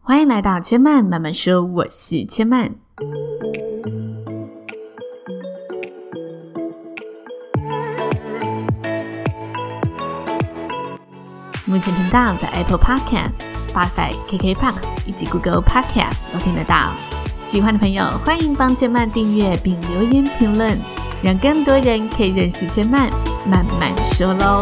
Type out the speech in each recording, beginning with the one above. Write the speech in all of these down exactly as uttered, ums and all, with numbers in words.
欢迎来到千曼慢慢说，我是千曼。目前频道在 Apple Podcast、Spotify、K K B O X 以及 Google Podcast 都听得到。喜欢的朋友欢迎帮千曼订阅并留言评论，让更多人可以认识千曼慢慢说咯。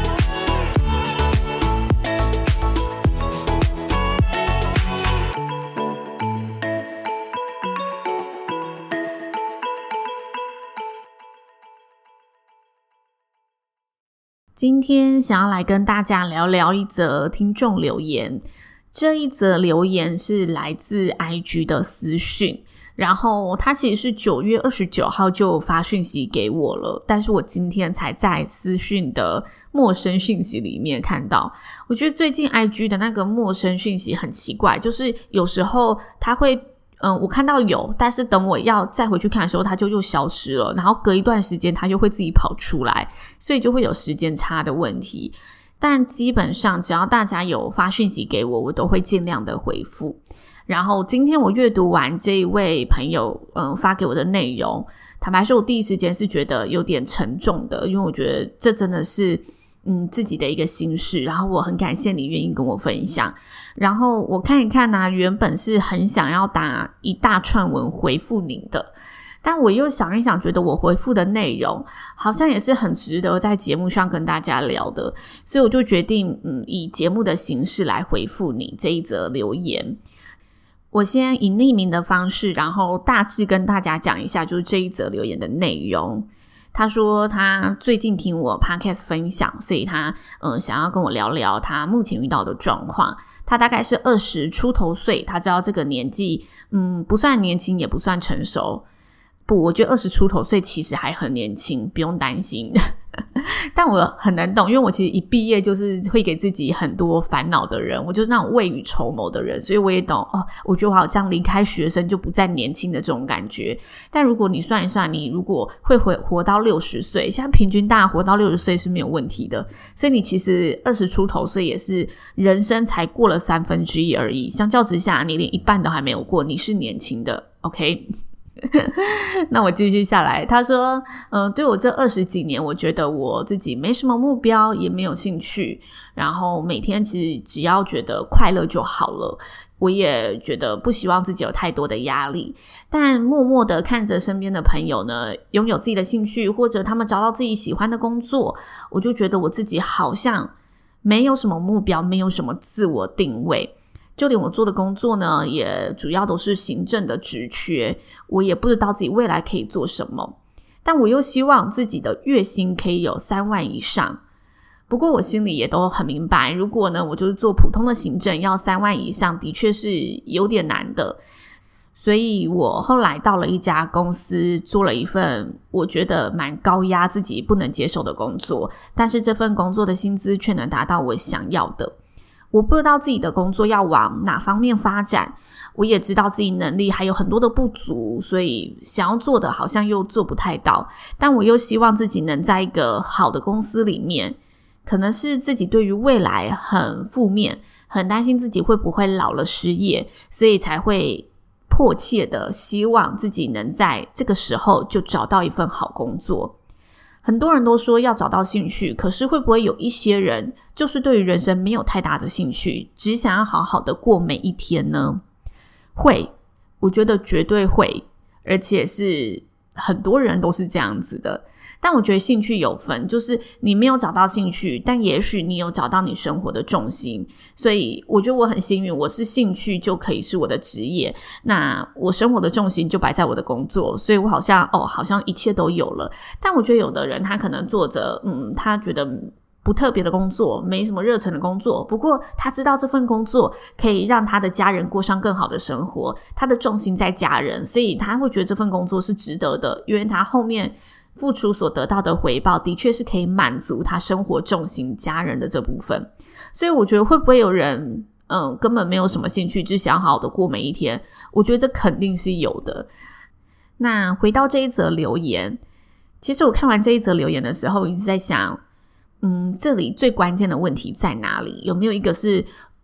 今天想要来跟大家聊聊一则听众留言，这一则留言是来自 I G 的私讯，然后他其实是九月二十九号就发讯息给我了，但是我今天才在私讯的陌生讯息里面看到。我觉得最近 I G 的那个陌生讯息很奇怪，就是有时候他会嗯，我看到有，但是等我要再回去看的时候它就又消失了，然后隔一段时间它又会自己跑出来，所以就会有时间差的问题。但基本上只要大家有发讯息给我，我都会尽量的回复。然后今天我阅读完这一位朋友嗯发给我的内容，坦白说我第一时间是觉得有点沉重的，因为我觉得这真的是嗯自己的一个心事，然后我很感谢你愿意跟我分享。然后我看一看啊，原本是很想要打一大串文回复您的，但我又想一想，觉得我回复的内容好像也是很值得在节目上跟大家聊的，所以我就决定嗯以节目的形式来回复你这一则留言。我先以匿名的方式，然后大致跟大家讲一下就是这一则留言的内容。他说他最近听我 podcast 分享，所以他嗯想要跟我聊聊他目前遇到的状况。他大概是二十出头岁，他知道这个年纪嗯不算年轻也不算成熟，不，我觉得二十出头岁其实还很年轻，不用担心。但我很难懂，因为我其实一毕业就是会给自己很多烦恼的人，我就是那种未雨绸缪的人，所以我也懂哦。我觉得我好像离开学生就不再年轻的这种感觉。但如果你算一算，你如果会活活到六十岁，现在平均大家活到六十岁是没有问题的，所以你其实二十出头岁也是人生才过了三分之一而已，相较之下你连一半都还没有过，你是年轻的 OK。那我继续下来，他说嗯、呃，对我这二十几年我觉得我自己没什么目标也没有兴趣，然后每天其实只要觉得快乐就好了，我也觉得不希望自己有太多的压力，但默默的看着身边的朋友呢拥有自己的兴趣，或者他们找到自己喜欢的工作，我就觉得我自己好像没有什么目标，没有什么自我定位。就连我做的工作呢也主要都是行政的职缺，我也不知道自己未来可以做什么，但我又希望自己的月薪可以有三万以上。不过我心里也都很明白，如果呢我就是做普通的行政要三万以上的确是有点难的，所以我后来到了一家公司做了一份我觉得蛮高压自己不能接受的工作，但是这份工作的薪资却能达到我想要的。我不知道自己的工作要往哪方面发展，我也知道自己能力还有很多的不足，所以想要做的好像又做不太到，但我又希望自己能在一个好的公司里面，可能是自己对于未来很负面，很担心自己会不会老了失业，所以才会迫切的希望自己能在这个时候就找到一份好工作。很多人都说要找到兴趣，可是会不会有一些人就是对于人生没有太大的兴趣，只想要好好的过每一天呢？会，我觉得绝对会，而且是很多人都是这样子的。但我觉得兴趣有分，就是你没有找到兴趣，但也许你有找到你生活的重心，所以我觉得我很幸运，我是兴趣就可以是我的职业，那我生活的重心就摆在我的工作，所以我好像哦，好像一切都有了。但我觉得有的人他可能做着嗯，他觉得不特别的工作，没什么热忱的工作，不过他知道这份工作可以让他的家人过上更好的生活，他的重心在家人，所以他会觉得这份工作是值得的，因为他后面付出所得到的回报的确是可以满足他生活重心家人的这部分。所以我觉得会不会有人嗯，根本没有什么兴趣，只想好好的过每一天，我觉得这肯定是有的。那回到这一则留言，其实我看完这一则留言的时候一直在想嗯，这里最关键的问题在哪里？有没有一个是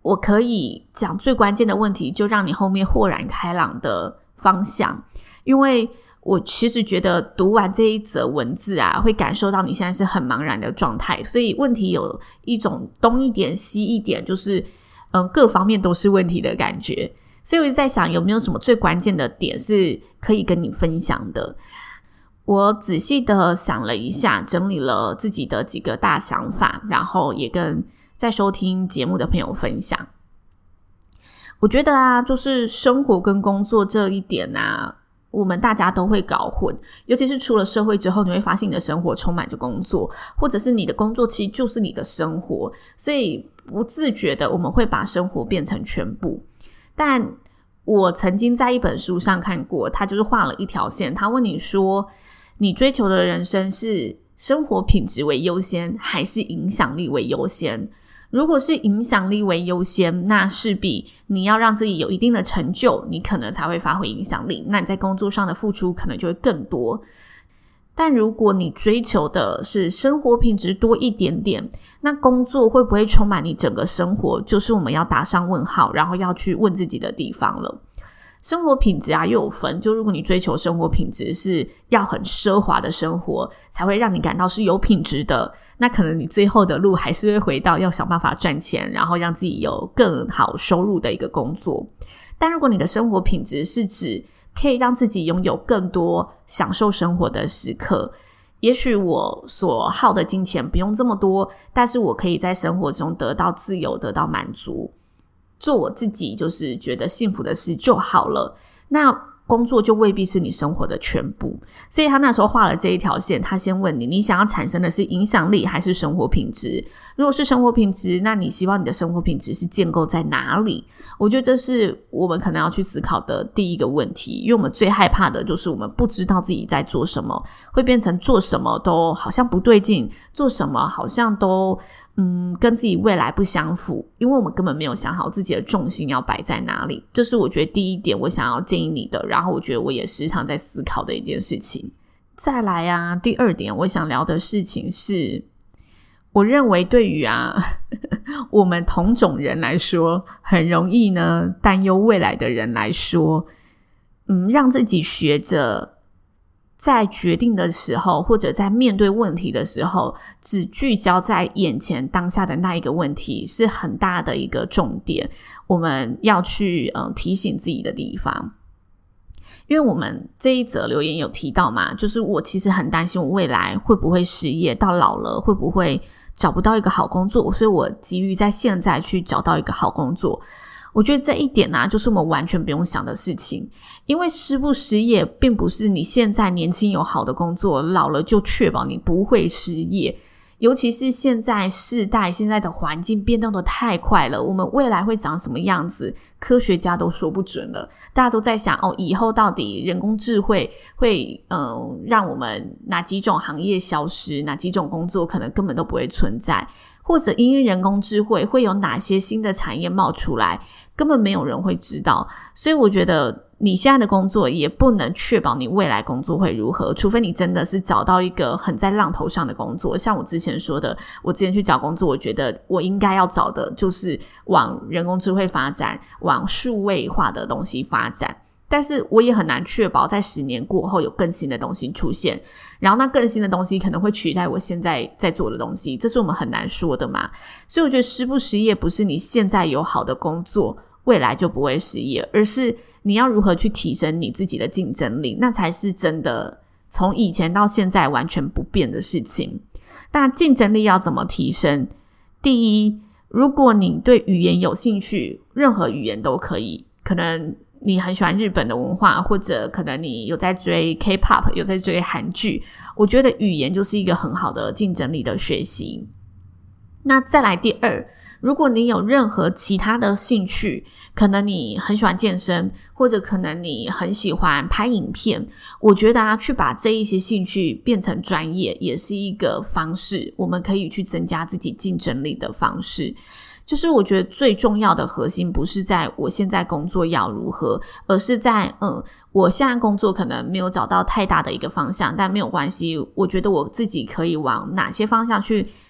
我可以讲最关键的问题，就让你后面豁然开朗的方向。因为我其实觉得读完这一则文字啊，会感受到你现在是很茫然的状态，所以问题有一种东一点西一点，就是嗯，各方面都是问题的感觉。所以我就在想，有没有什么最关键的点是可以跟你分享的。我仔细的想了一下，整理了自己的几个大想法，然后也跟在收听节目的朋友分享。我觉得啊，就是生活跟工作这一点啊，我们大家都会搞混，尤其是出了社会之后，你会发现你的生活充满着工作，或者是你的工作其实就是你的生活，所以不自觉的我们会把生活变成全部。但我曾经在一本书上看过，他就是画了一条线，他问你说，你追求的人生是生活品质为优先，还是影响力为优先？如果是影响力为优先，那势必你要让自己有一定的成就，你可能才会发挥影响力，那你在工作上的付出可能就会更多。但如果你追求的是生活品质多一点点，那工作会不会充满你整个生活，就是我们要打上问号，然后要去问自己的地方了。生活品质啊又有分，就如果你追求生活品质是要很奢华的生活才会让你感到是有品质的，那可能你最后的路还是会回到要想办法赚钱，然后让自己有更好收入的一个工作。但如果你的生活品质是指可以让自己拥有更多享受生活的时刻，也许我所耗的金钱不用这么多，但是我可以在生活中得到自由，得到满足，做我自己就是觉得幸福的事就好了，那工作就未必是你生活的全部。所以他那时候画了这一条线，他先问你，你想要产生的是影响力还是生活品质？如果是生活品质，那你希望你的生活品质是建构在哪里？我觉得这是我们可能要去思考的第一个问题，因为我们最害怕的就是我们不知道自己在做什么，会变成做什么都好像不对劲，做什么好像都嗯，跟自己未来不相符，因为我们根本没有想好自己的重心要摆在哪里。这是我觉得第一点我想要建议你的，然后我觉得我也时常在思考的一件事情。再来啊，第二点我想聊的事情是，我认为对于啊我们同种人来说，很容易呢担忧未来的人来说，嗯，让自己学着在决定的时候，或者在面对问题的时候，只聚焦在眼前当下的那一个问题，是很大的一个重点，我们要去嗯提醒自己的地方。因为我们这一则留言有提到嘛，就是我其实很担心我未来会不会失业，到老了会不会找不到一个好工作，所以我急于在现在去找到一个好工作。我觉得这一点啊，就是我们完全不用想的事情，因为失不失业并不是你现在年轻有好的工作，老了就确保你不会失业。尤其是现在世代，现在的环境变动的太快了，我们未来会长什么样子，科学家都说不准了。大家都在想哦，以后到底人工智慧会嗯让我们哪几种行业消失，哪几种工作可能根本都不会存在，或者因为人工智慧会有哪些新的产业冒出来，根本没有人会知道。所以我觉得你现在的工作也不能确保你未来工作会如何，除非你真的是找到一个很在浪头上的工作。像我之前说的，我之前去找工作，我觉得我应该要找的就是往人工智慧发展，往数位化的东西发展，但是我也很难确保在十年过后有更新的东西出现，然后那更新的东西可能会取代我现在在做的东西，这是我们很难说的嘛。所以我觉得失不失业不是你现在有好的工作未来就不会失业，而是你要如何去提升你自己的竞争力，那才是真的从以前到现在完全不变的事情。那竞争力要怎么提升？第一，如果你对语言有兴趣，任何语言都可以，可能你很喜欢日本的文化，或者可能你有在追 K-pop， 有在追韩剧，我觉得语言就是一个很好的竞争力的学习。那再来第二，如果你有任何其他的兴趣，可能你很喜欢健身，或者可能你很喜欢拍影片，我觉得啊，去把这一些兴趣变成专业也是一个方式，我们可以去增加自己竞争力的方式。就是我觉得最重要的核心不是在我现在工作要如何，而是在嗯，我现在工作可能没有找到太大的一个方向，但没有关系，我觉得我自己可以往哪些方向去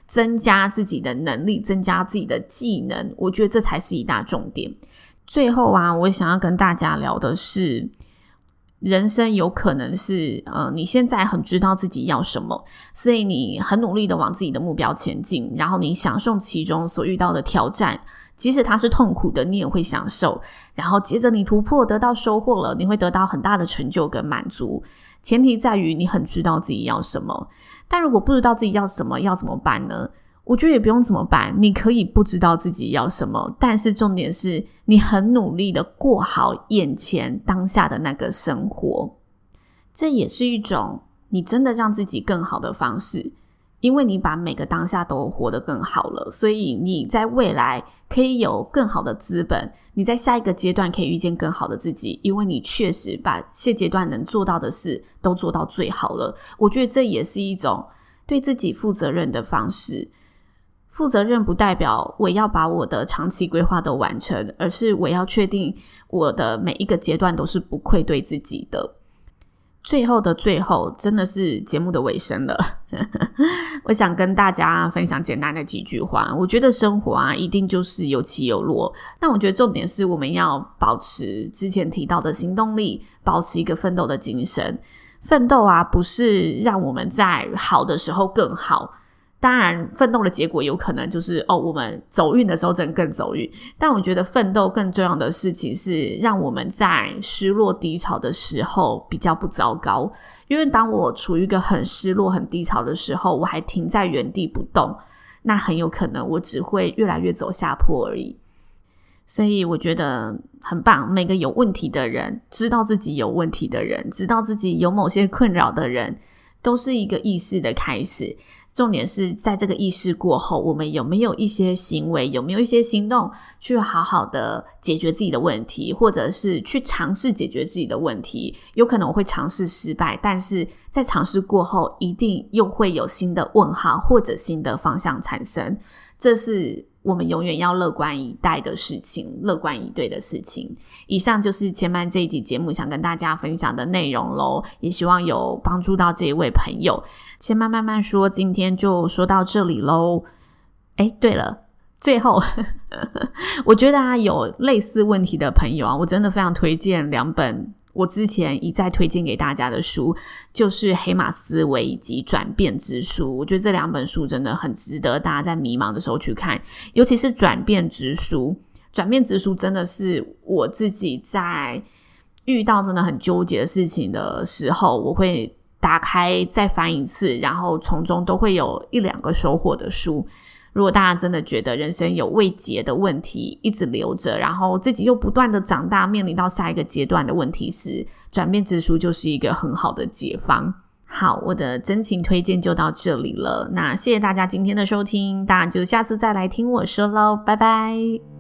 增加自己的能力，增加自己的技能，我觉得这才是一大重点。最后啊，我想要跟大家聊的是，人生有可能是呃，你现在很知道自己要什么，所以你很努力的往自己的目标前进，然后你享受其中所遇到的挑战，即使它是痛苦的，你也会享受，然后接着你突破得到收获了，你会得到很大的成就跟满足，前提在于你很知道自己要什么。但如果不知道自己要什么，要怎么办呢？我觉得也不用怎么办，你可以不知道自己要什么，但是重点是你很努力的过好眼前当下的那个生活，这也是一种你真的让自己更好的方式，因为你把每个当下都活得更好了，所以你在未来可以有更好的资本，你在下一个阶段可以遇见更好的自己，因为你确实把现阶段能做到的事都做到最好了。我觉得这也是一种对自己负责任的方式。负责任不代表我要把我的长期规划都完成，而是我要确定我的每一个阶段都是不愧对自己的。最后的最后，真的是节目的尾声了我想跟大家分享简单的几句话。我觉得生活啊，一定就是有起有落，但我觉得重点是我们要保持之前提到的行动力，保持一个奋斗的精神。奋斗啊，不是让我们在好的时候更好，当然奋斗的结果有可能就是哦，我们走运的时候真的更走运，但我觉得奋斗更重要的事情是让我们在失落低潮的时候比较不糟糕。因为当我处于一个很失落很低潮的时候，我还停在原地不动，那很有可能我只会越来越走下坡而已。所以我觉得很棒，每个有问题的人，知道自己有问题的人，知道自己有某些困扰的人，都是一个意识的开始。重点是在这个意识过后，我们有没有一些行为，有没有一些行动去好好的解决自己的问题，或者是去尝试解决自己的问题。有可能我会尝试失败，但是在尝试过后一定又会有新的问号或者新的方向产生，这是我们永远要乐观以待的事情，乐观以对的事情。以上就是前半这一集节目想跟大家分享的内容咯，也希望有帮助到这一位朋友。千慢慢慢说，今天就说到这里咯。诶，对了，最后我觉得啊，有类似问题的朋友啊，我真的非常推荐两本我之前一再推荐给大家的书，就是黑马思维以及转变之书。我觉得这两本书真的很值得大家在迷茫的时候去看，尤其是转变之书。转变之书真的是我自己在遇到真的很纠结的事情的时候，我会打开再翻一次，然后从中都会有一两个收获的书。如果大家真的觉得人生有未解的问题一直留着，然后自己又不断的长大，面临到下一个阶段的问题时，转变之书就是一个很好的解方。好，我的真情推荐就到这里了，那谢谢大家今天的收听，当然就下次再来听我说咯，拜拜。